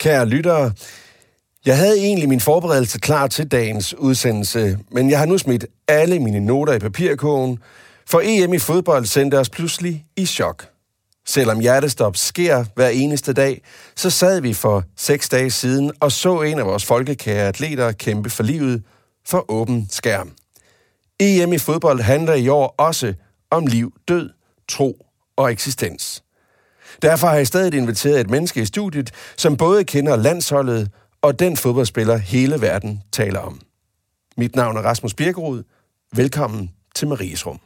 Kære lyttere, jeg havde egentlig min forberedelse klar til dagens udsendelse, men jeg har nu smidt alle mine noter i papirkurven, for EM i fodbold sendte os pludselig i chok. Selvom hjertestop sker hver eneste dag, så sad vi for 6 dage siden og så en af vores folkekære atleter kæmpe for livet for åben skærm. EM i fodbold handler i år også om liv, død, tro og eksistens. Derfor har jeg stadig inviteret et menneske i studiet, som både kender landsholdet og den fodboldspiller hele verden taler om. Mit navn er Rasmus Birkerud. Velkommen til Maries Rum.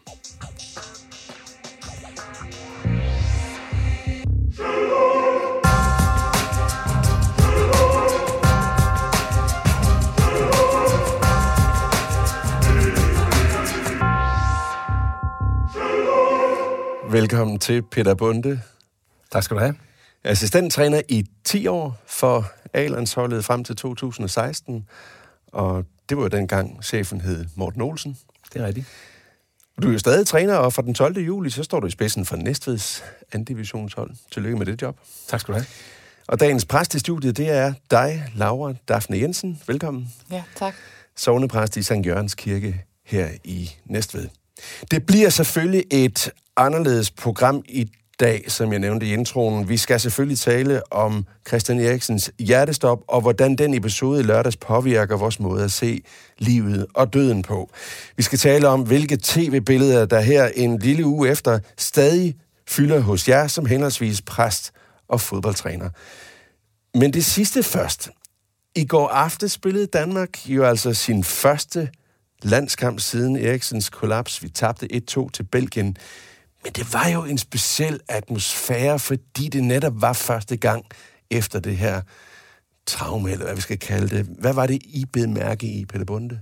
Velkommen til Peter Bonde. Tak skal du have. Assistenttræner i 10 år for A-landsholdet frem til 2016, og det var jo dengang chefen hed Morten Olsen. Det er rigtigt. Du er jo stadig træner, og fra den 12. juli, så står du i spidsen for Næstveds andendivisionshold. Tillykke med det job. Tak skal du have. Og dagens præst i studiet, det er dig, Laura Daphne Jensen. Velkommen. Ja, tak. Sognepræst i Sankt Jørgens Kirke her i Næstved. Det bliver selvfølgelig et anderledes program i dag, som jeg nævnte i introen. Vi skal selvfølgelig tale om Christian Eriksens hjertestop, og hvordan den episode i lørdags påvirker vores måde at se livet og døden på. Vi skal tale om, hvilke tv-billeder, der her en lille uge efter stadig fylder hos jer som henholdsvis præst og fodboldtræner. Men det sidste først. I går aftes spillede Danmark jo altså sin første landskamp siden Eriksens kollaps. Vi tabte 1-2 til Belgien. Men det var jo en speciel atmosfære, fordi det netop var første gang efter det her traume, eller hvad vi skal kalde det. Hvad var det, I bed mærke i, Peter Bonde?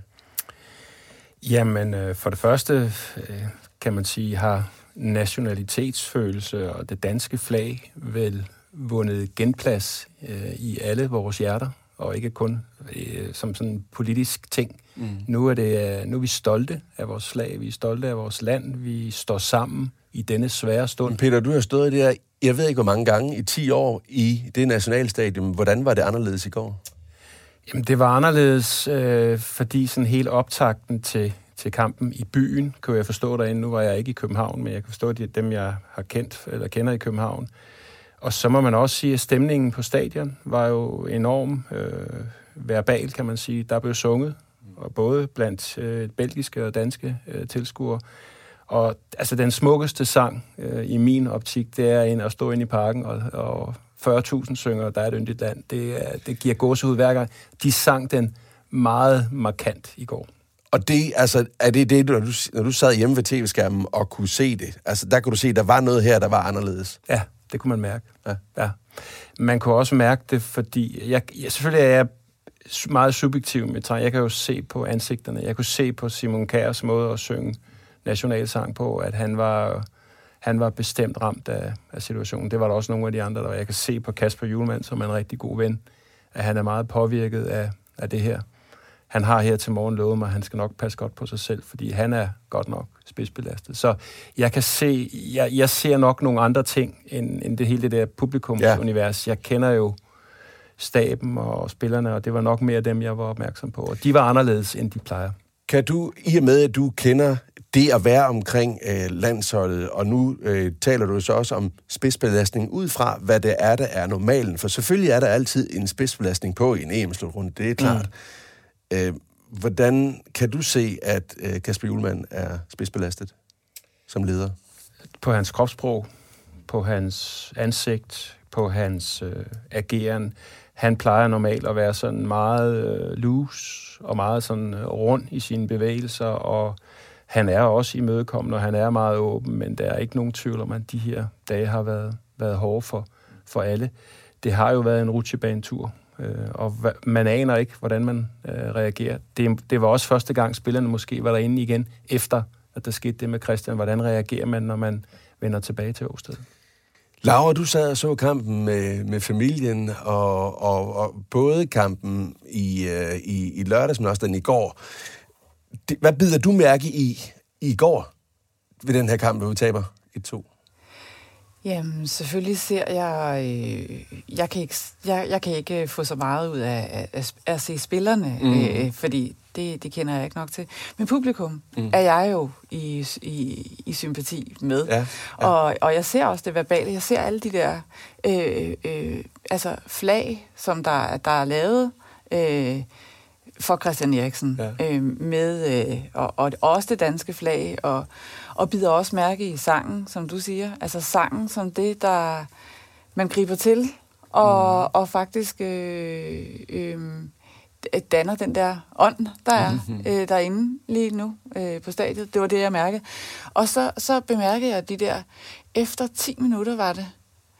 Jamen, for det første, kan man sige, har nationalitetsfølelse og det danske flag vel vundet genplads i alle vores hjerter, og ikke kun som sådan en politisk ting. Nu er vi stolte af vores flag, vi er stolte af vores land, vi står sammen i denne svære stund. Men Peter, du har stået der, jeg ved ikke hvor mange gange, i 10 år i det nationalstadion. Hvordan var det anderledes i går? Jamen, det var anderledes, fordi sådan hele optakten til kampen i byen, kan jeg forstå derinde. Nu var jeg ikke i København, men jeg kan forstå, at dem, jeg har kendt eller kender i København. Og så må man også sige, at stemningen på stadion var jo enorm verbal, kan man sige. Der blev sunget, og både blandt belgiske og danske tilskuere. Og altså den smukkeste sang i min optik, det er at stå inde i parken og 40.000 synger, der er et yndigt land. Det giver gåsehud hver gang. De sang den meget markant i går. Og det, altså, er det, når du sad hjemme ved tv-skærmen og kunne se det? Altså, der kunne du se, at der var noget her, der var anderledes? Ja, det kunne man mærke. Ja. Man kunne også mærke det, fordi selvfølgelig er jeg meget subjektiv med træning. Jeg kan jo se på ansigterne. Jeg kunne se på Simon Kjærs måde at synge nationalsang på, at han var bestemt ramt af situationen. Det var der også nogle af de andre, der var. Jeg kan se på Kasper Hjulmand, som er en rigtig god ven, at han er meget påvirket af det her. Han har her til morgen lovet mig, at han skal nok passe godt på sig selv, fordi han er godt nok spidsbelastet. Så jeg kan se, jeg ser nok nogle andre ting, end det hele det der publikumsunivers. Jeg kender jo staben og spillerne, og det var nok mere dem, jeg var opmærksom på. Og de var anderledes, end de plejer. Kan du, i og med at du kender det at være omkring landsholdet, og nu taler du så også om spidsbelastning ud fra, hvad det er, der er normalen. For selvfølgelig er der altid en spidsbelastning på i en EM-slutrunde, det er klart. Hvordan kan du se, at Kasper Hjulmand er spidsbelastet som leder? På hans kropssprog, på hans ansigt, på hans ageren. Han plejer normalt at være sådan meget loose og meget sådan rund i sine bevægelser, og han er også imødekommende, og han er meget åben, men der er ikke nogen tvivl om, at de her dage har været hårde for alle. Det har jo været en rutsjebanetur, og man aner ikke, hvordan man reagerer. Det var også første gang, spillerne måske var derinde igen, efter at der skete det med Christian. Hvordan reagerer man, når man vender tilbage til åstedet? Laura, du sad og så kampen med familien, og både kampen i lørdags, men også den i går. Hvad bider du mærke i går ved den her kamp, hvor vi taber 1-2? Jamen, selvfølgelig ser jeg... Jeg kan ikke få så meget ud af at se spillerne, fordi det kender jeg ikke nok til. Men publikum er jeg jo i sympati med. Ja, ja. Og jeg ser også det verbale. Jeg ser alle de der flag, som der er lavet for Christian Eriksen. Ja. Med, og også det danske flag, og bider også mærke i sangen, som du siger. Altså sangen som det, der man griber til, og faktisk danner den der ånd, der er derinde lige nu på stadiet. Det var det, jeg mærkede. Og så bemærkede jeg, at de der, efter 10 minutter var det,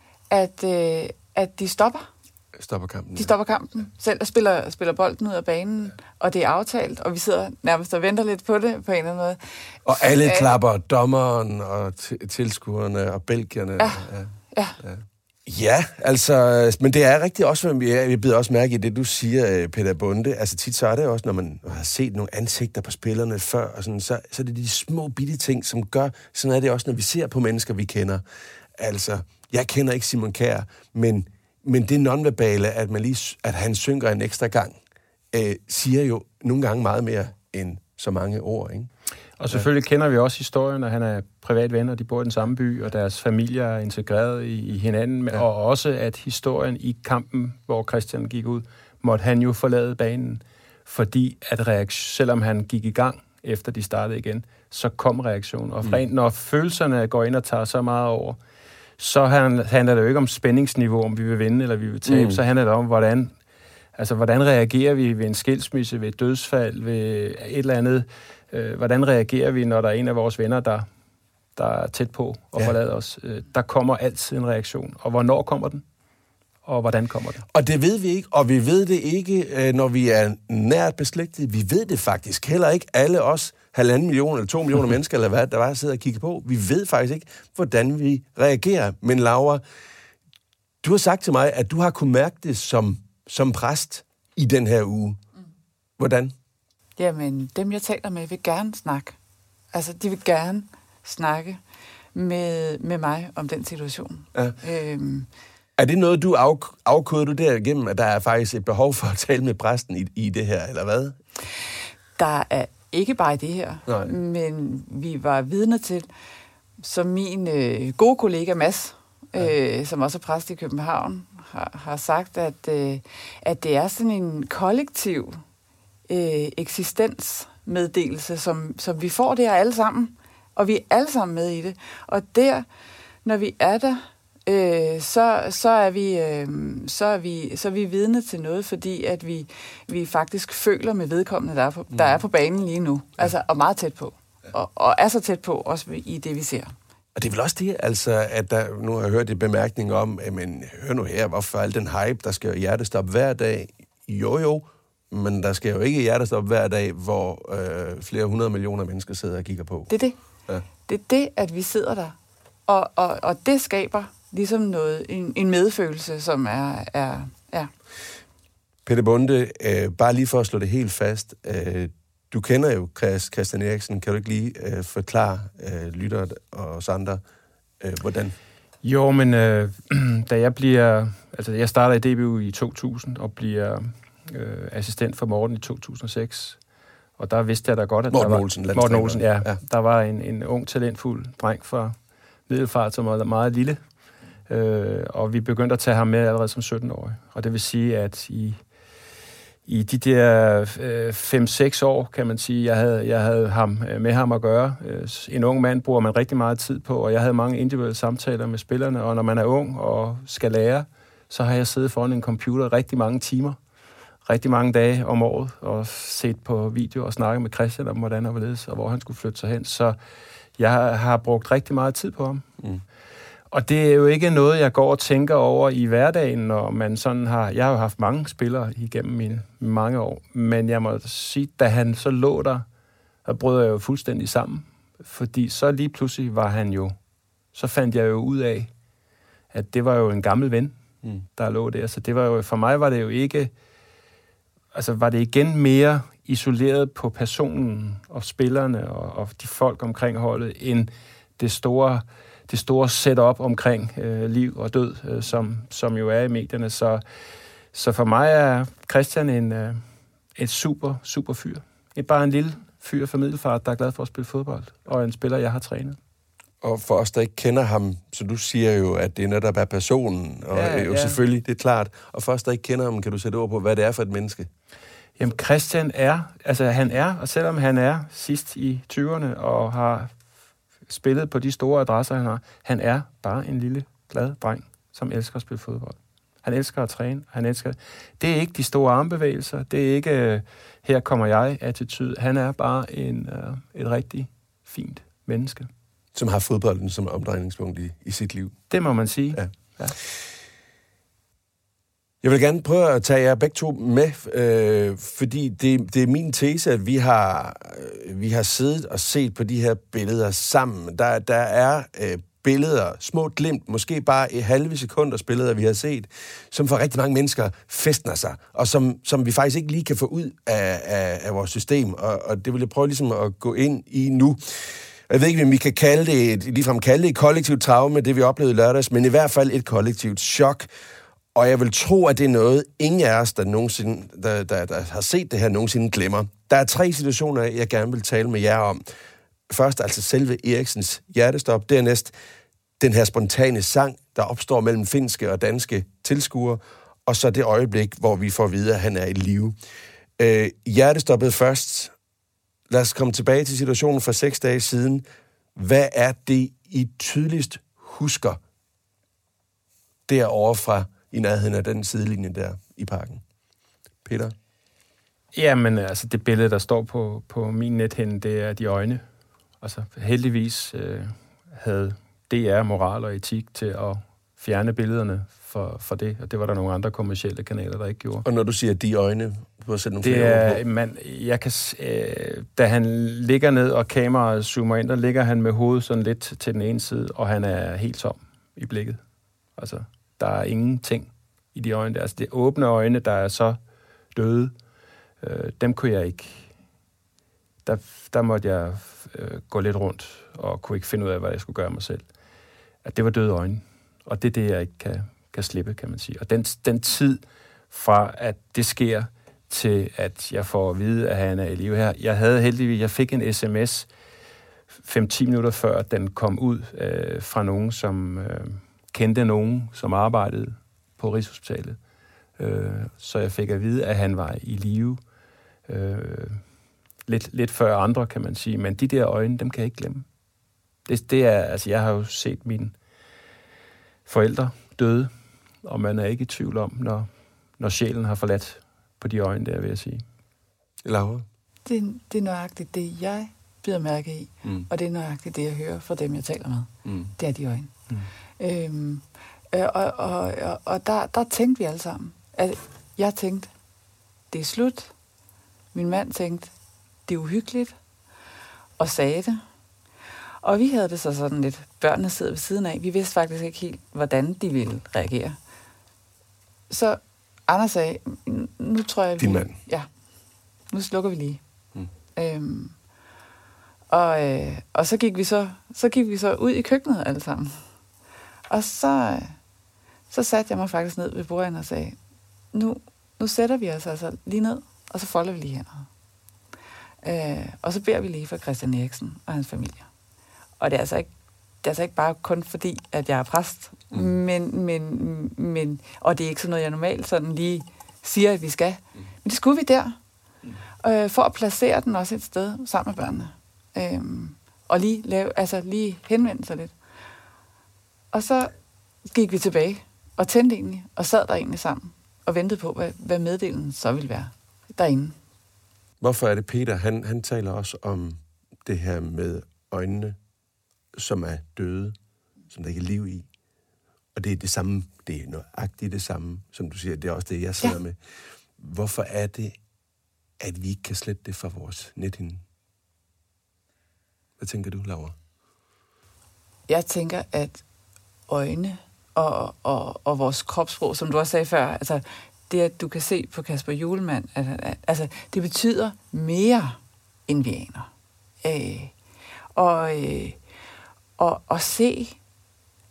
at de stopper. Kampen. De stopper kampen. Selv der spiller bolden ud af banen, og det er aftalt, og vi sidder nærmest og venter lidt på det på en eller anden måde. Og alle klapper, dommeren og tilskuerne og belgierne. Ja. Ja, altså, men det er rigtigt også, jeg bider også mærke i det, du siger, Peter Bonde. Altså tit så er det også, når man har set nogle ansigter på spillerne før, og sådan, så er det de små bitte ting, som gør, sådan er det også, når vi ser på mennesker, vi kender. Altså, jeg kender ikke Simon Kjær, men det nonverbale, at han synger en ekstra gang, siger jo nogle gange meget mere end så mange ord, ikke? Og selvfølgelig kender vi også historien, at han er privat ven, og de bor i den samme by, og deres familier er integreret i hinanden, og også at historien i kampen, hvor Christian gik ud, måtte han jo forlade banen, fordi at selvom han gik i gang, efter de startede igen, så kom reaktionen. Og når følelserne går ind og tager så meget over, så handler det jo ikke om spændingsniveau, om vi vil vinde eller vi vil tabe, så handler det om, hvordan reagerer vi ved en skilsmisse, ved et dødsfald, ved et eller andet. Hvordan reagerer vi, når der er en af vores venner, der er tæt på og forlader os? Der kommer altid en reaktion. Og hvornår kommer den? Og hvordan kommer den? Og det ved vi ikke, og vi ved det ikke, når vi er nært beslægtet. Vi ved det faktisk heller ikke alle os 1,5 million eller 2 millioner mennesker, eller hvad der var, sidder og kigger på. Vi ved faktisk ikke, hvordan vi reagerer. Men Laura, du har sagt til mig, at du har kunnet mærke det som præst i den her uge. Hvordan? Jamen, dem jeg taler med vil gerne snakke. Altså, de vil gerne snakke med mig om den situation. Ja. Er det noget, du afkoder du derigennem, at der er faktisk et behov for at tale med præsten i det her, eller hvad? Der er ikke bare i det her, men vi var vidner til, som min gode kollega Mads, som også er præst i København, har sagt, at det er sådan en kollektiv eksistensmeddelelse, som vi får der alle sammen, og vi er alle sammen med i det. Og der, når vi er der, så er vi vidne til noget, fordi at vi faktisk føler med vedkommende, der er på banen lige nu, altså, og meget tæt på, og er så tæt på, også i det, vi ser. Og det er vel også det, altså, at nu har jeg hørt et bemærkning om, men hør nu her, hvorfor al den hype, der skal jo hjertestop hver dag? Jo, men der skal jo ikke hjertestop hver dag, hvor flere 100 millioner mennesker sidder og kigger på. Det er det. Ja. Det er det, at vi sidder der. Og det skaber ligesom noget, en medfølelse, som er. Peter Bonde, bare lige for at slå det helt fast. Du kender jo Christian Eriksen. Kan du ikke lige forklare lyttere og os andre, hvordan? Jo, men da jeg starter i DBU i 2000 og bliver assistent for Morten i 2006, og der vidste jeg da godt, at Morten Olsen, ja. Der var en ung, talentfuld dreng fra Middelfart, som var meget lille, og vi begyndte at tage ham med allerede som 17-årig. Og det vil sige, at i de der 5-6 år, kan man sige, jeg havde med ham at gøre. En ung mand bruger man rigtig meget tid på, og jeg havde mange individuelle samtaler med spillerne, og når man er ung og skal lære, så har jeg siddet foran en computer rigtig mange timer, rigtig mange dage om året, og set på video og snakket med Christian om, hvordan han var ledes, og hvor han skulle flytte sig hen. Så jeg har brugt rigtig meget tid på ham. Og det er jo ikke noget, jeg går og tænker over i hverdagen, når man sådan har. Jeg har jo haft mange spillere igennem mine mange år, men jeg må sige, da han så lå der brød jeg jo fuldstændig sammen. Fordi så lige pludselig var han jo, så fandt jeg jo ud af, at det var jo en gammel ven, der lå der. Så det var jo, for mig var det jo ikke, altså var det igen mere isoleret på personen og spillerne og de folk omkring holdet, end det store det store setup omkring liv og død, som jo er i medierne. Så for mig er Christian et super fyr. Bare en lille fyr fra Middelfart, der er glad for at spille fodbold, og en spiller, jeg har trænet. Og for os, der ikke kender ham, så du siger jo, at det netop er personen, og jo selvfølgelig, det er klart. Og for os, der ikke kender ham, kan du sætte ord på, hvad det er for et menneske? Jamen, Christian og selvom han er sidst i 20'erne og har spillet på de store adresser, han er bare en lille, glad dreng, som elsker at spille fodbold. Han elsker at træne, det er ikke de store armbevægelser, det er ikke, her kommer jeg-attitude. Han er bare et rigtig fint menneske. Som har fodbolden som omdrejningspunkt i sit liv. Det må man sige. Ja. Jeg vil gerne prøve at tage jer begge to med, fordi det er min tese, at vi har siddet og set på de her billeder sammen. Der er billeder, små glimt, måske bare et halve sekunders billeder, vi har set, som for rigtig mange mennesker festner sig, og som vi faktisk ikke lige kan få ud af vores system, og det vil jeg prøve ligesom at gå ind i nu. Jeg ved ikke, om vi kan ligefrem kalde det et kollektivt traume, det vi oplevede i lørdags, men i hvert fald et kollektivt chok. Og jeg vil tro, at det er noget, ingen af os, der har set det her, nogensinde glemmer. Der er 3 situationer, jeg gerne vil tale med jer om. Først altså selve Eriksens hjertestop. Dernæst den her spontane sang, der opstår mellem finske og danske tilskuere. Og så det øjeblik, hvor vi får at vide, at han er i live. Hjertestoppet først. Lad os komme tilbage til situationen for 6 dage siden. Hvad er det, I tydeligst husker derovre fra i nærheden af den sidelinje der i parken? Peter? Jamen, altså det billede, der står på min nethænde, det er de øjne. Altså heldigvis havde DR moral og etik til at fjerne billederne for det, og det var der nogle andre kommercielle kanaler, der ikke gjorde. Og når du siger de øjne, hvor sætte nogle flere da han ligger ned, og kameraet zoomer ind, der ligger han med hovedet sådan lidt til den ene side, og han er helt tom i blikket. Altså, der er ingenting i de øjne der. Altså, det åbne øjne, der er så døde, dem kunne jeg ikke. Der måtte jeg gå lidt rundt, og kunne ikke finde ud af, hvad jeg skulle gøre mig selv. At det var døde øjne. Og det er det, jeg ikke kan slippe, kan man sige. Og den tid fra, at det sker, til at jeg får at vide, at han er i live her. Jeg fik en sms 5-10 minutter før, den kom ud fra nogen, som kendte nogen, som arbejdede på Rigshospitalet. Så jeg fik at vide, at han var i live. Lidt før andre, kan man sige. Men de der øjne, dem kan jeg ikke glemme. Det er, altså, jeg har jo set mine forældre døde, og man er ikke i tvivl om, når sjælen har forladt på de øjne der, vil jeg sige. Laura? Det er nøjagtigt det, jeg bider mærke i, og det er nøjagtigt det, jeg hører fra dem, jeg taler med. Det er de øjne. Og der tænkte vi alle sammen. Jeg tænkte, det er slut. Min mand tænkte, det er uhyggeligt, og sagde det. Og vi havde det så sådan lidt, børnene sidder ved siden af. Vi vidste faktisk ikke helt, hvordan de ville reagere. Så Anders sagde, nu tror jeg... Din mand? Ja, nu slukker vi lige. Og så gik vi så ud i køkkenet alle sammen. Og så satte jeg mig faktisk ned ved bordet og sagde, nu sætter vi os altså lige ned, og så folder vi lige hænderne. Og så beder vi lige for Christian Eriksen og hans familie. Og det er altså ikke bare kun fordi, at jeg er præst, men og det er ikke sådan noget, jeg normalt sådan lige siger, at vi skal. Men det skulle vi der, for at placere den også et sted sammen med børnene. Og lige henvende sig lidt. Og så gik vi tilbage og tændte egentlig, og sad der egentlig sammen, og ventede på, hvad meddelelsen så ville være derinde. Hvorfor er det Peter? Han taler også om det her med øjnene, som er døde, som der ikke er liv i. Og det er det samme, det er nøjagtigt det samme, som du siger, det er også det, jeg sidder med. Hvorfor er det, at vi ikke kan slette det fra vores nethinde? Hvad tænker du, Laura? Jeg tænker, at øjne og vores kropssprog, som du også sagde før, altså det, at du kan se på Kasper Hjulmand, altså det betyder mere, end vi aner. Og se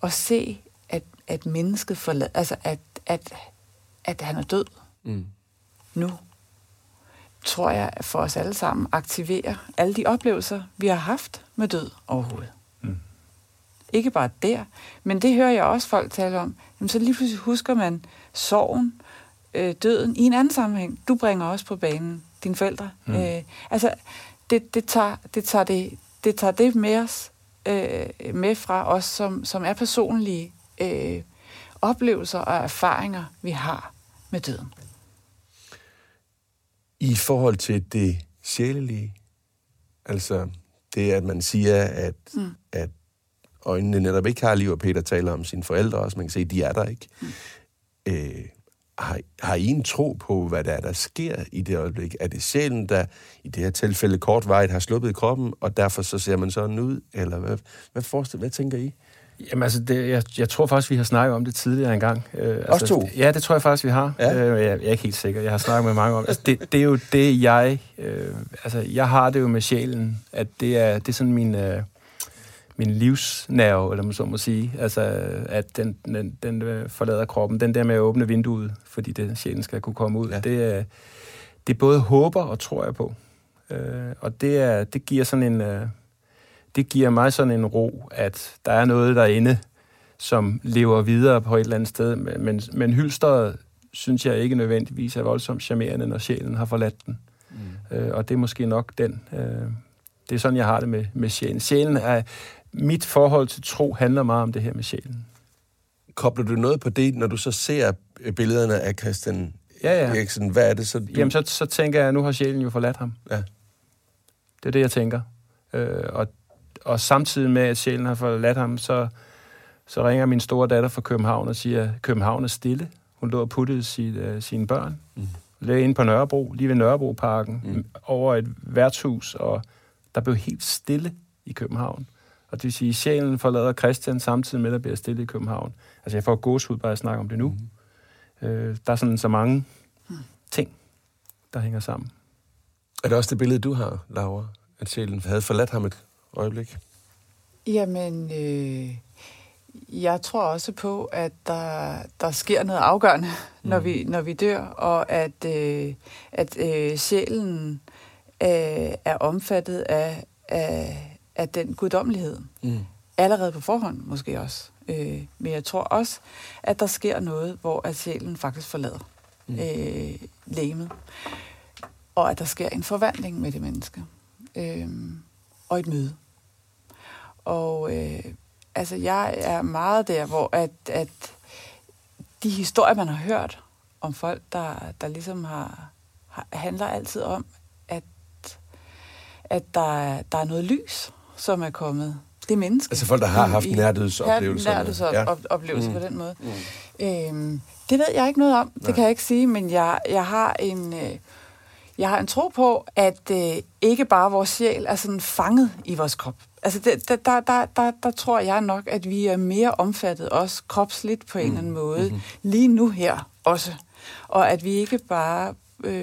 at se, at mennesket forlader, altså at han er død nu, tror jeg for os alle sammen aktiverer alle de oplevelser, vi har haft med død overhovedet. Ikke bare der, men det hører jeg også folk tale om. Jamen, så lige pludselig husker man sorgen, døden i en anden sammenhæng. Du bringer også på banen dine forældre. Altså, det tager det med os, med fra os, som er personlige oplevelser og erfaringer, vi har med døden. I forhold til det sjælelige, altså det, at man siger, at øjnene netop ikke har liv, og Peter taler om sine forældre også, man kan se, at de er der ikke. Har I en tro på, hvad der sker i det øjeblik? Er det sjælen, der i det her tilfælde kortvarigt har sluppet kroppen, og derfor så ser man sådan ud? Eller hvad tænker I? Jamen altså, jeg tror faktisk, vi har snakket om det tidligere engang. Også to? Ja, det tror jeg faktisk, vi har. Ja. Jeg er ikke helt sikker. Jeg har snakket med mange om det. Altså, det er jo det, jeg har det jo med sjælen, at det er sådan min livsnerve, eller man så må sige. Altså, at den forlader kroppen. Den der med at åbne vinduet, fordi sjælen skal kunne komme ud. Ja. Det både håber og tror jeg på. Og det giver sådan en... Det giver mig sådan en ro, at der er noget derinde, som lever videre på et eller andet sted. Men hylsteret, synes jeg ikke nødvendigvis er voldsomt charmerende, når sjælen har forladt den. Og det er måske nok den. Det er sådan, jeg har det med sjælen. Sjælen er... Mit forhold til tro handler meget om det her med sjælen. Kobler du noget på det, når du så ser billederne af Christian Eriksen? Hvad er det så? Jamen, så tænker jeg, at nu har sjælen jo forladt ham. Ja. Det er det, jeg tænker. Og samtidig med, at sjælen har forladt ham, så ringer min store datter fra København og siger, at København er stille. Hun lå og puttede sine børn. Lå inde på Nørrebro, lige ved Nørrebroparken, over et værtshus, og der blev helt stille i København. Og det vil sige, at sjælen forlader Christian samtidig med, at der bliver stille i København. Altså, jeg får gåsehud bare at snakke om det nu. Der er sådan så mange ting, der hænger sammen. Er det også det billede, du har, Laura? At sjælen havde forladt ham et øjeblik? Jamen, jeg tror også på, at der sker noget afgørende, når vi dør, og at sjælen er omfattet af den guddommelighed. Allerede på forhånd, måske også. Men jeg tror også, at der sker noget, hvor at sjælen faktisk forlader legemet. Og at der sker en forvandling med det menneske. Og et møde. Og altså, jeg er meget der, hvor at de historier, man har hørt om folk, der ligesom handler altid om, at der er noget lys, som er kommet. Det er menneske. Altså folk, der har haft nærdødsoplevelser. Nærdødsoplevelser på den måde. Det ved jeg ikke noget om. Nej. Det kan jeg ikke sige, men jeg har en tro på, at ikke bare vores sjæl er sådan fanget i vores krop. Altså der tror jeg nok, at vi er mere omfattet også kropsligt på en eller anden måde. Lige nu her også. Og at vi ikke bare...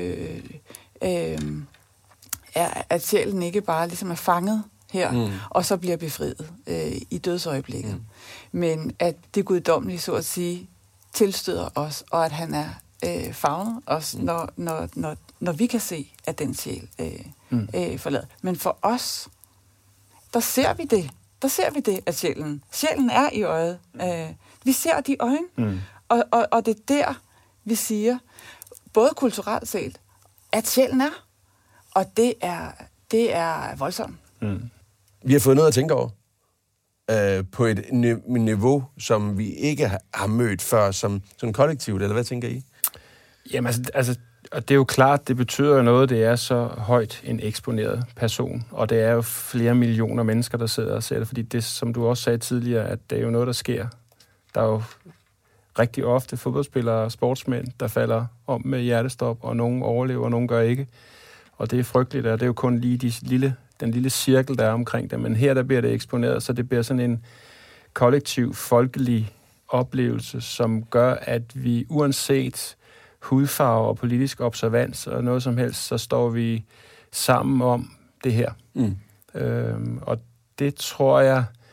at sjælen ikke bare ligesom er fanget her, og så bliver befriet i dødsøjeblikket. Men at det guddommelige, så at sige, tilstøder os, og at han er favnet os, når vi kan se, at den sjæl forlader. Men for os, der ser vi det. Der ser vi det, at sjælen er i øjet. Vi ser de øjne, og det er der, vi siger, både kulturelt set, at sjælen er. Og det er voldsomt. Vi har fået noget at tænke over. På et niveau, som vi ikke har mødt før, som kollektivt, eller hvad tænker I? Jamen altså, og det er jo klart, det betyder jo noget, det er så højt en eksponeret person, og det er jo flere millioner mennesker, der sidder og ser det, fordi det, som du også sagde tidligere, at det er jo noget, der sker. Der er jo rigtig ofte fodboldspillere og sportsmænd, der falder om med hjertestop, og nogen overlever, og nogen gør ikke. Og det er frygteligt, og det er jo kun lige den lille cirkel, der er omkring det. Men her, der bliver det eksponeret, så det bliver sådan en kollektiv, folkelig oplevelse, som gør, at vi uanset hudfarve og politisk observans og noget som helst, så står vi sammen om det her. Og det tror jeg,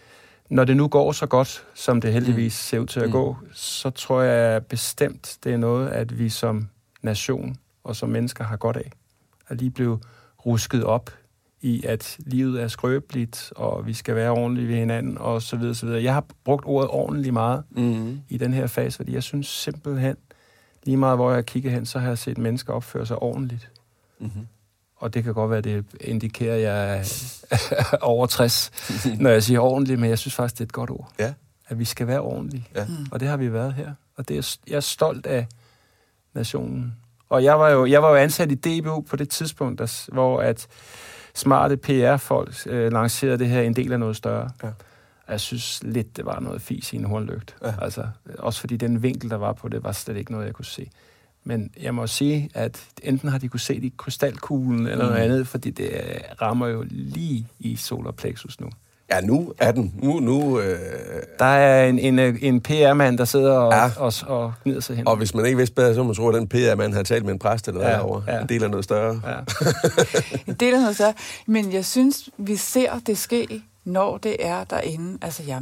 når det nu går så godt, som det heldigvis ser ud til at gå, så tror jeg bestemt, det er noget, at vi som nation og som mennesker har godt af. At lige blive rusket op i, at livet er skrøbeligt, og vi skal være ordentlige ved hinanden, og så videre, så videre. Jeg har brugt ordet ordentligt meget i den her fase, fordi jeg synes simpelthen, lige meget hvor jeg kigger hen, så har jeg set mennesker opføre sig ordentligt. Mm-hmm. Og det kan godt være, det indikerer, at jeg er over 60, når jeg siger ordentligt, men jeg synes faktisk, det er et godt ord. Ja. At vi skal være ordentlige. Ja. Og det har vi været her. Og det jeg er stolt af nationen. Og jeg var jo ansat i DBU på det tidspunkt, hvor at smarte PR-folk lancerede det her en del af noget større. Ja. Og jeg synes lidt, det var noget fis i en hornlygt. Ja. Altså, også fordi den vinkel, der var på det, var slet ikke noget, jeg kunne se. Men jeg må sige, at enten har de kunne se det i krystalkuglen eller noget andet, fordi det rammer jo lige i solar plexus nu. Ja, nu er den. Der er en PR-mand, der sidder og gnider sig hen. Og hvis man ikke vidste bedre, så må man tro, at den PR-mand har talt med en præst eller derovre. Ja. En del af noget større. Ja. En del af noget større. Men jeg synes, vi ser det ske, når det er derinde. Altså, jeg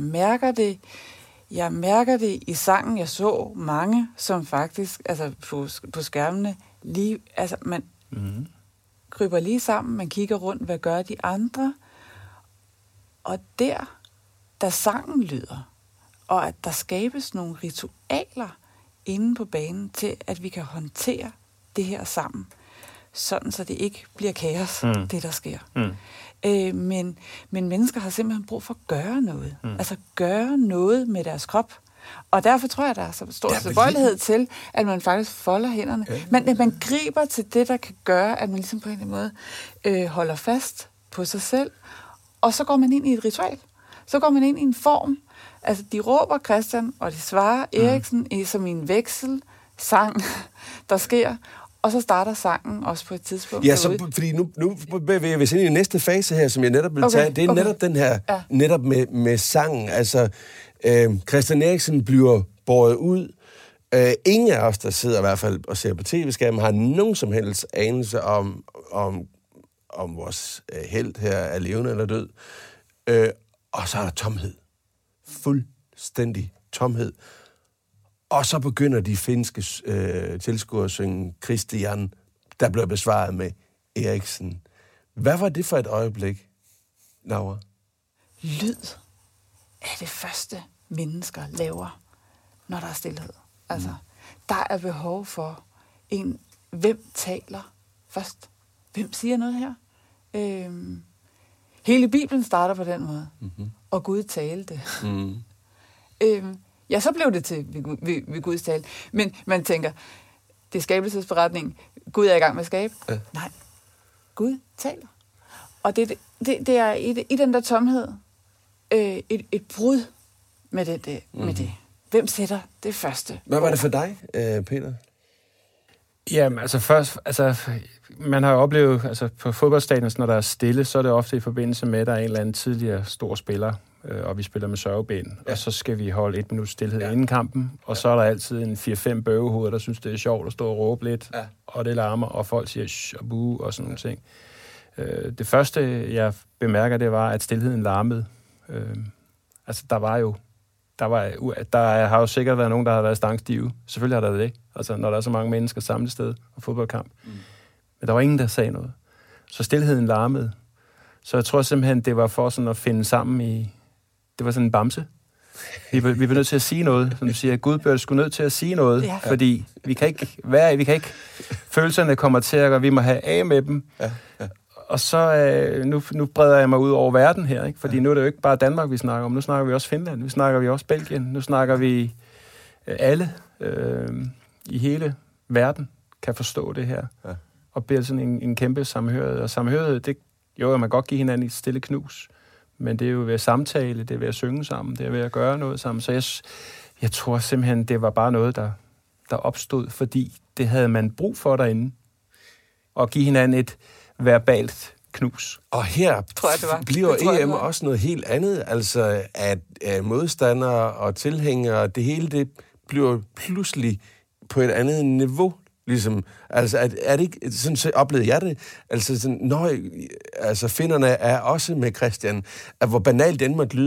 mærker det i sangen. Jeg så mange, som faktisk, altså på skærmene, lige, altså man kryber lige sammen, man kigger rundt, hvad gør de andre? Og der sangen lyder, og at der skabes nogle ritualer inde på banen til, at vi kan håndtere det her sammen, sådan så det ikke bliver kaos, det der sker. Men mennesker har simpelthen brug for at gøre noget. Altså gøre noget med deres krop. Og derfor tror jeg, der er så stor tilbøjelighed til, at man faktisk folder hænderne. Man griber til det, der kan gøre, at man ligesom på en eller anden måde holder fast på sig selv. Og så går man ind i et ritual. Så går man ind i en form. Altså, de råber Christian, og de svarer Eriksen som en vekselsang, der sker. Og så starter sangen også på et tidspunkt. Ja, fordi nu bevæger vi os ind i næste fase her, som jeg netop vil tage. Det er netop den her, netop med sangen. Altså, Christian Eriksen bliver båret ud. Ingen af os, der sidder i hvert fald og ser på tv-skærmen, har nogen som helst anelse om vores helt her er levende eller død. Og så er der tomhed. Fuldstændig tomhed. Og så begynder de finske tilskuere at synge Christian, der blev besvaret med Eriksen. Hvad var det for et øjeblik, Laura? Lyd er det første, mennesker laver, når der er stilhed. Altså, der er behov for hvem taler først? Hvem siger noget her? Hele Bibelen starter på den måde. Og Gud talte. Ja, så blev det til ved Guds tale. Men man tænker, det er skabelsesberetningen. Gud er i gang med at skabe. Ja. Nej, Gud taler. Og det er i den der tomhed et brud med det. Hvem sætter det første? Hvad var det for dig, Peter? Jamen, altså først, man har jo oplevet, altså på fodboldstadion, når der er stille, så er det ofte i forbindelse med, at der er en eller anden tidligere stor spiller, og vi spiller med sørgeben, og så skal vi holde 1 minut stillhed inden kampen, og så er der altid en 4-5 bøvehoveder, der synes, det er sjovt at stå og råbe lidt, og det larmer, og folk siger shh og buh og sådan nogle ting. Det første, jeg bemærker, det var, at stillheden larmede. Der har jo sikkert været nogen, der har været stangstive. Selvfølgelig har der det, altså når der er så mange mennesker samlet sted og fodboldkamp. Men der var ingen, der sagde noget. Så stillheden larmede. Så jeg tror simpelthen, det var for sådan at finde sammen i... Det var sådan en bamse. Vi blev nødt til at sige noget. Som du siger, Gud bliver sgu nødt til at sige noget, fordi vi kan ikke... Følelserne kommer til at... Vi må have af med dem. Og så nu breder jeg mig ud over verden her, ikke? Fordi nu er det jo ikke bare Danmark, vi snakker om. Nu snakker vi også Finland, nu snakker vi også Belgien, nu snakker vi alle i hele verden kan forstå det her. Og bliver sådan en kæmpe samhørighed. Og samhørighed, det man kan godt give hinanden et stille knus, men det er jo ved at samtale, det er ved at synge sammen, det er ved at gøre noget sammen. Så jeg tror simpelthen, det var bare noget, der opstod, fordi det havde man brug for derinde. Og give hinanden et verbalt knus. Og her bliver EM også noget helt andet, altså at modstandere og tilhængere, det hele det bliver pludselig på et andet niveau, ligesom, altså er det ikke, sådan så oplevede jeg det, altså sådan, finderne er også med Christian, at hvor banalt den måtte lyde,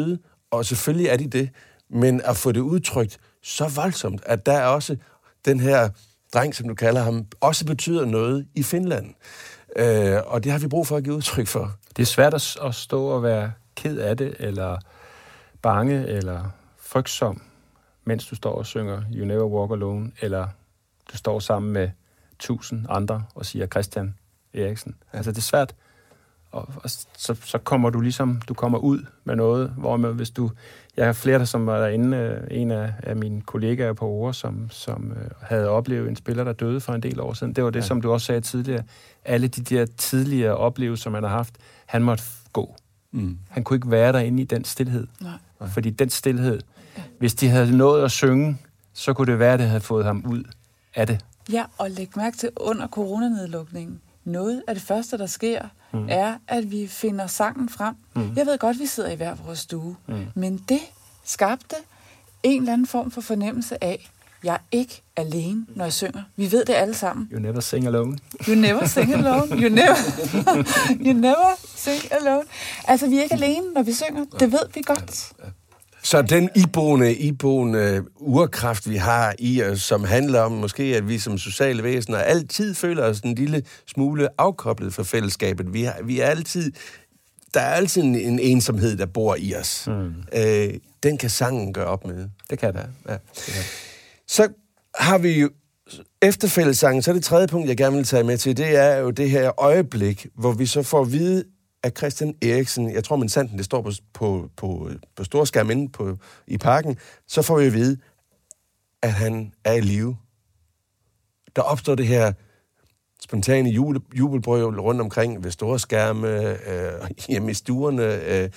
og selvfølgelig er de det, men at få det udtrykt så voldsomt, at der er også den her dreng, som du kalder ham, også betyder noget i Finland. Og det har vi brug for at give udtryk for. Det er svært at stå og være ked af det, eller bange, eller frygtsom, mens du står og synger You Never Walk Alone, eller du står sammen med 1000 andre og siger Christian Eriksen. Altså, det er svært. Og så kommer du ligesom, du kommer ud med noget, hvor hvis du... Jeg har flere, som var derinde, en af mine kollegaer på Ore, som havde oplevet en spiller, der døde for en del år siden. Det var det, som du også sagde tidligere. Alle de der tidligere oplevelser, man har haft, han måtte gå. Han kunne ikke være derinde i den stilhed. Nej. Fordi den stilhed, hvis de havde nået at synge, så kunne det være, at det havde fået ham ud af det. Ja, og læg mærke til under coronanedlukningen. Noget af det første, der sker, er, at vi finder sangen frem. Jeg ved godt, vi sidder i hver vores stue, men det skabte en eller anden form for fornemmelse af, jeg er ikke alene, når jeg synger. Vi ved det alle sammen. You never sing alone. You never sing alone. You never sing alone. Altså, vi er ikke alene, når vi synger. Det ved vi godt. Så den iboende urkraft, vi har i os, som handler om måske, at vi som sociale væsener altid føler os en lille smule afkoblet fra fællesskabet. Vi er altid... Der er altid en ensomhed, der bor i os. Den kan sangen gøre op med. Det kan det. Ja. Så har vi jo efter fællessangen, så er det tredje punkt, jeg gerne vil tage med til, det er jo det her øjeblik, hvor vi så får at vide af Christian Eriksen, jeg tror, men sandt, det står på storskærm inde i parken, så får vi at vide, at han er i live. Der opstår det her spontane jubelbrøl rundt omkring ved store skærme, hjemme i stuerne.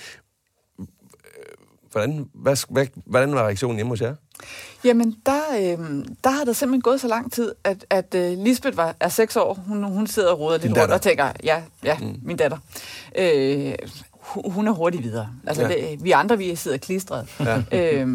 Hvordan var reaktionen hjemme hos jer? Jamen, der har det simpelthen gået så lang tid, at Lisbeth er 6 år. Hun sidder og roder lidt rundt og tænker, min datter. Hun er hurtigt videre. Altså, vi andre, vi sidder klistret. Ja.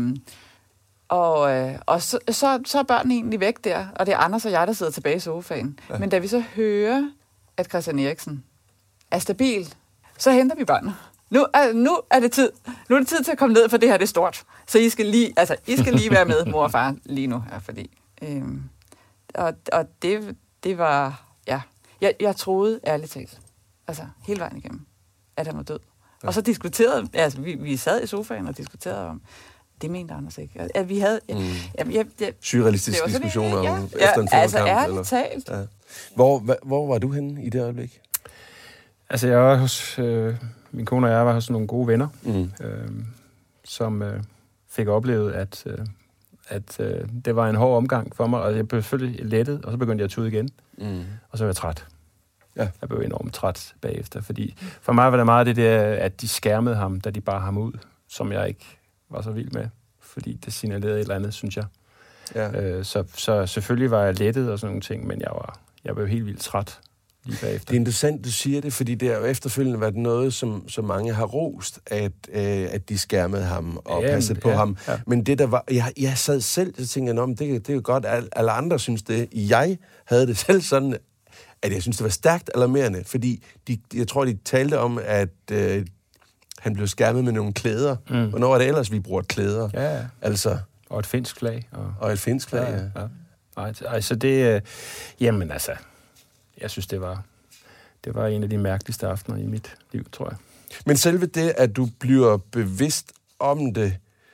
Og så er børnene egentlig væk der, og det er Anders og jeg, der sidder tilbage i sofaen. Ja. Men da vi så hører, at Christian Eriksen er stabil, så henter vi børnene. Nu er det tid. Nu er det tid til at komme ned, for det her det er stort. Så I skal lige være med, mor og far, lige nu. Ja, fordi, og det var... Ja, jeg troede ærligt talt, altså hele vejen igennem, at han var død. Ja. Og så diskuterede... Altså, vi sad i sofaen og diskuterede om... Det mente Anders ikke. At vi havde... surrealistiske diskussioner efter en fodboldkamp. Altså ærligt talt. Ja. Hvor var du henne i det øjeblik? Altså, jeg var hos... min kone og jeg var hos nogle gode venner, som fik oplevet, at det var en hård omgang for mig, og jeg blev selvfølgelig lettet, og så begyndte jeg at tude igen, og så var jeg træt. Ja. Jeg blev enormt træt bagefter, fordi for mig var det meget det der, at de skærmede ham, da de bar ham ud, som jeg ikke var så vild med, fordi det signalerede et eller andet, synes jeg. Ja. Så selvfølgelig var jeg lettet og sådan nogle ting, men jeg var jo helt vildt træt. Det er interessant, du siger det, fordi det er jo efterfølgende været noget, som mange har rost, at de skærmede ham og passede på ham. Ja. Men det der var... Jeg sad selv, så tænkte jeg, det er jo godt, at alle andre synes det. Jeg havde det selv sådan, at jeg synes, det var stærkt alarmerende, fordi jeg tror, de talte om, at han blev skærmet med nogle klæder. Hvornår er det ellers, vi bruger klæder? Ja. Altså... Og et finsk flag. Og et finsk flag, ja. Altså det... Jamen altså... Jeg synes, det var en af de mærkeligste aftener i mit liv, tror jeg. Men selve det, at du bliver bevidst om det...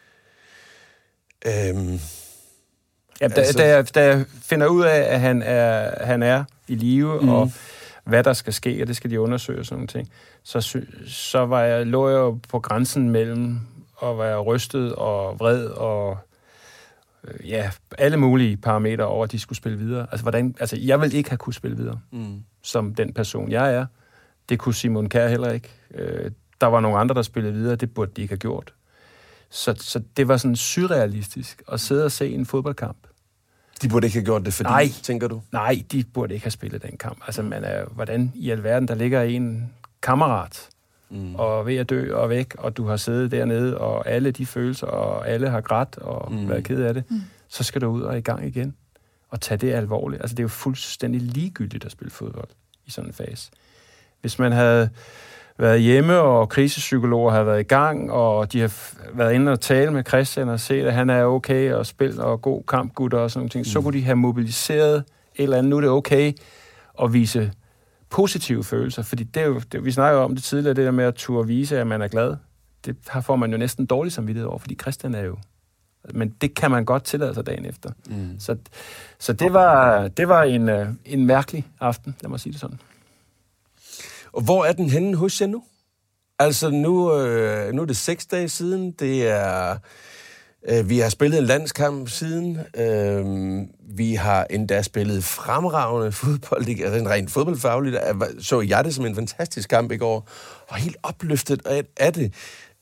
Da jeg finder ud af, at han er i live, og hvad der skal ske, og det skal de undersøge og sådan nogle ting, så lå jeg jo på grænsen mellem at være rystet og vred og... alle mulige parametre over, at de skulle spille videre. Altså, jeg vil ikke have kunne spille videre, som den person, jeg er. Det kunne Simon Kjær heller ikke. Der var nogle andre, der spillede videre. Det burde de ikke have gjort. Så det var sådan surrealistisk at sidde og se en fodboldkamp. De burde ikke have gjort det, fordi, tænker du? Nej, de burde ikke have spillet den kamp. Altså, hvordan i alverden, der ligger en kammerat, og ved at dø og væk, og du har siddet dernede, og alle de følelser, og alle har grædt og været ked af det, så skal du ud og i gang igen, og tage det alvorligt. Altså, det er jo fuldstændig ligegyldigt at spille fodbold i sådan en fase. Hvis man havde været hjemme, og krisepsykologer har været i gang, og de har været inde og tale med Christian og set, at han er okay og spil og god kampgutter og sådan nogle ting. Så kunne de have mobiliseret et eller andet. Nu er det okay at vise positive følelser, fordi det er jo, vi snakker om det tidligere, det der med at turde vise, at man er glad. Det her får man jo næsten dårlig samvittighed over, fordi Christian er jo... Men det kan man godt tillade sig dagen efter. Så det var en mærkelig aften, lad mig sige det sådan. Og hvor er den henne hos jer nu? Altså nu er det 6 dage siden, det er... Vi har spillet en landskamp siden. Vi har endda spillet fremragende fodbold. Altså rent fodboldfagligt så jeg det som en fantastisk kamp i går. Og helt opløftet af det.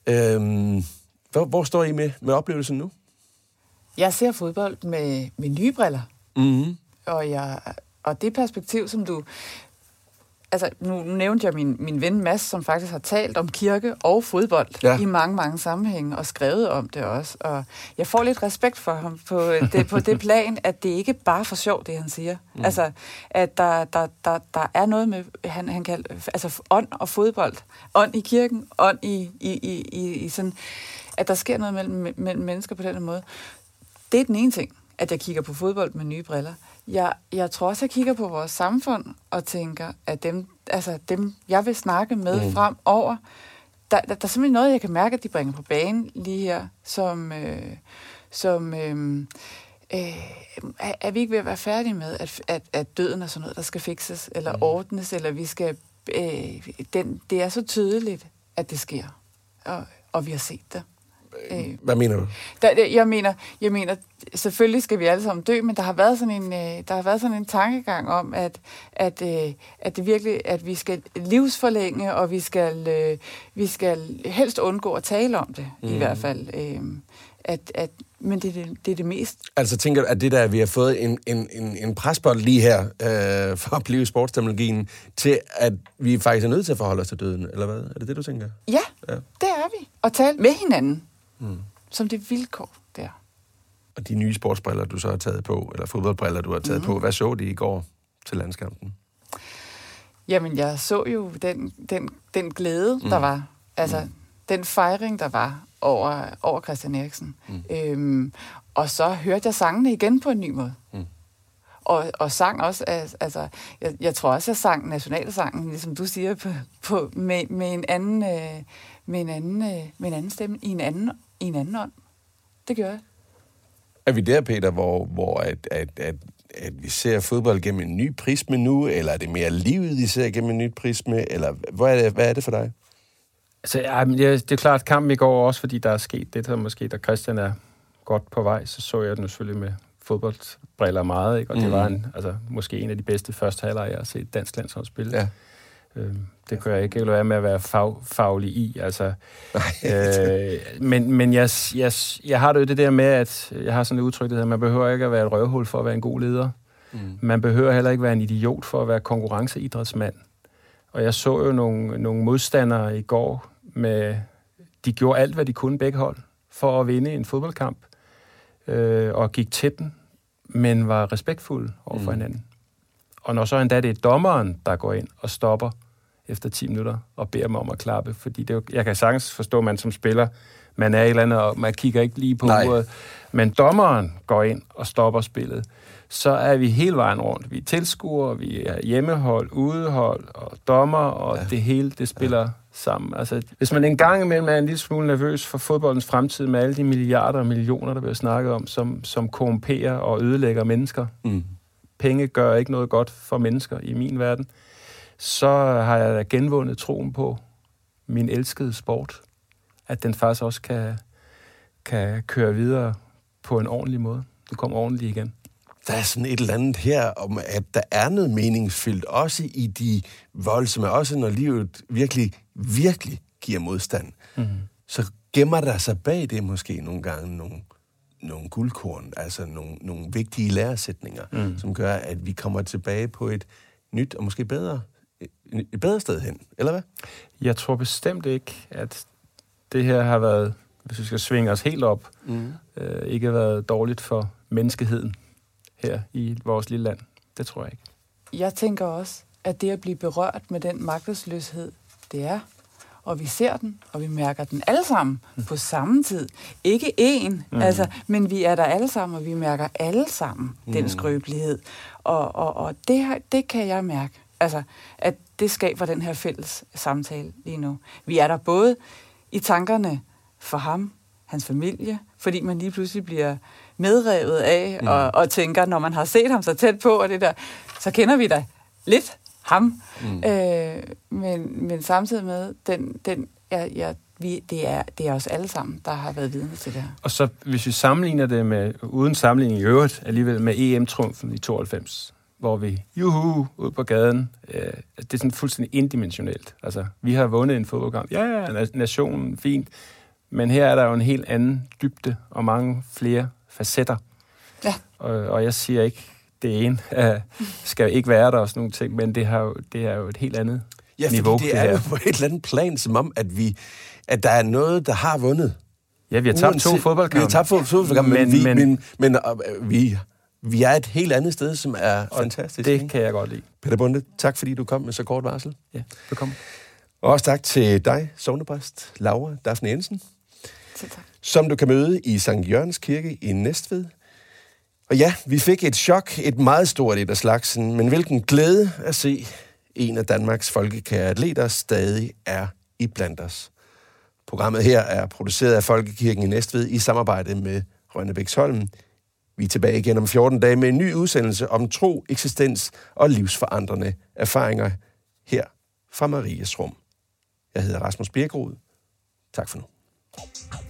Hvor står I med oplevelsen nu? Jeg ser fodbold med nye briller. Mm-hmm. Og det perspektiv, som du... Altså, nu nævnte jeg min ven Mads, som faktisk har talt om kirke og fodbold i mange, mange sammenhænge, og skrevet om det også. Og jeg får lidt respekt for ham på det plan, at det ikke bare for sjov, det han siger. Altså, at der er noget med, han kalder, altså ånd og fodbold. Ånd i kirken, ånd i sådan, at der sker noget mellem mennesker på den måde. Det er den ene ting, at jeg kigger på fodbold med nye briller. Jeg tror også, jeg kigger på vores samfund og tænker, at dem jeg vil snakke med fremover, der er simpelthen noget, jeg kan mærke, at de bringer på banen lige her, er vi ikke ved at være færdige med, at døden er sådan noget, der skal fikses, eller ordnes, eller vi skal... det er så tydeligt, at det sker, og vi har set det. Hvad mener du? Jeg mener, selvfølgelig skal vi alle sammen dø, men der har været sådan en tankegang om, at det virkelig, at vi skal livsforlænge, og vi skal helst undgå at tale om det, i hvert fald. Men det er det mest. Altså tænker du, at det der, vi har fået en presbold lige her, for at blive i sportsterminologien, til at vi faktisk er nødt til at forholde os til døden, eller hvad? Er det det, du tænker? Ja, det er vi. Og tale med hinanden. Som det vilkår der. Og de nye sportsbriller, du så har taget på, eller fodboldbriller, du har taget på, hvad så de i går til landskampen? Jamen, jeg så jo den glæde, der var. Altså, den fejring, der var over Christian Eriksen. Og så hørte jeg sangene igen på en ny måde. Og sang også, altså, jeg tror også, jeg sang nationalsangen, ligesom du siger, med en anden stemme, i en anden ånd. Det gør jeg. Er vi der, Peter, hvor at vi ser fodbold gennem en ny prisme nu, eller er det mere livet, I ser gennem en ny prisme, eller hvad er det for dig? Altså, det er klart kampen i går også, fordi der er sket det, der måske, da Christian er godt på vej, så jeg den selvfølgelig med fodboldbriller meget, ikke? Og det var måske en af de bedste første halvleje, jeg har set dansk landsholdsspil. Ja. Det kan jeg ikke være med at være faglig i, altså. Men jeg har det der med, at jeg har sådan et udtryk, at man behøver ikke at være et røvhul for at være en god leder. Man behøver heller ikke være en idiot for at være konkurrenceidrætsmand. Og jeg så jo nogle modstandere i går de gjorde alt, hvad de kunne begge hold, for at vinde en fodboldkamp, og gik til den, men var respektfulde over for hinanden. Og når så endda det er dommeren, der går ind og stopper efter 10 minutter og beder dem om at klappe, fordi jeg kan sagtens forstå, at man som spiller, man er et eller andet, og man kigger ikke lige på uret, men dommeren går ind og stopper spillet, så er vi hele vejen rundt. Vi er tilskuere, vi er hjemmehold, udehold og dommer, og det hele, det spiller sammen. Altså, hvis man en gang imellem er en lille smule nervøs for fodboldens fremtid med alle de milliarder og millioner, der bliver snakket om, som korrumperer og ødelægger mennesker. Penge gør ikke noget godt for mennesker i min verden. Så har jeg genvundet troen på min elskede sport, at den faktisk også kan køre videre på en ordentlig måde. Det kommer ordentligt igen. Der er sådan et eller andet her om, at der er noget meningsfyldt, også i de voldsomme, også når livet virkelig, virkelig giver modstand. Så gemmer der sig bag det måske nogle gange nogle guldkorn, altså nogle vigtige læresætninger, som gør, at vi kommer tilbage på et nyt og måske et bedre sted hen, eller hvad? Jeg tror bestemt ikke, at det her har været, hvis vi skal svinge os helt op, ikke har været dårligt for menneskeheden her i vores lille land. Det tror jeg ikke. Jeg tænker også, at det at blive berørt med den magtesløshed, det er og vi ser den, og vi mærker den alle sammen på samme tid. Ikke én, men vi er der alle sammen, og vi mærker alle sammen den skrøbelighed. Og det kan jeg mærke, altså, at det skaber den her fælles samtale lige nu. Vi er der både i tankerne for ham, hans familie, fordi man lige pludselig bliver medrevet af og tænker, når man har set ham så tæt på, og det der, så kender vi da lidt ham. Men samtidig med, det er os alle sammen, der har været vidne til det her. Og så, hvis vi sammenligner det med, uden sammenligning i øvrigt, alligevel med EM-trumfen i 92, hvor vi, ude på gaden, det er sådan fuldstændig indimensionelt. Altså, vi har vundet en fodboldkamp. Ja, nationen, fint. Men her er der jo en helt anden dybde og mange flere facetter. Ja. Og jeg siger ikke, det ene skal ikke være der og sådan nogle ting, men det er jo et helt andet niveau. Ja, det er jo på et eller andet plan, som om, at der er noget, der har vundet. Ja, vi har tabt 2 fodboldkampe. Vi har tabt 2 fodboldkampe, men vi er et helt andet sted, som er fantastisk. Det kan jeg godt lide. Peter Bonde, tak fordi du kom med så kort varsel. Ja, velkommen. Og også tak til dig, sognepræst Laura Daphne Jensen, som du kan møde i Sankt Jørgens Kirke i Næstved. Og ja, vi fik et chok, et meget stort et af slagsen, men hvilken glæde at se en af Danmarks folkekære atleter stadig er i blandt os. Programmet her er produceret af Folkekirken i Næstved i samarbejde med Rønnebæksholm. Vi er tilbage igen om 14 dage med en ny udsendelse om tro, eksistens og livsforandrende erfaringer her fra Marias Rum. Jeg hedder Rasmus Birkerud. Tak for nu.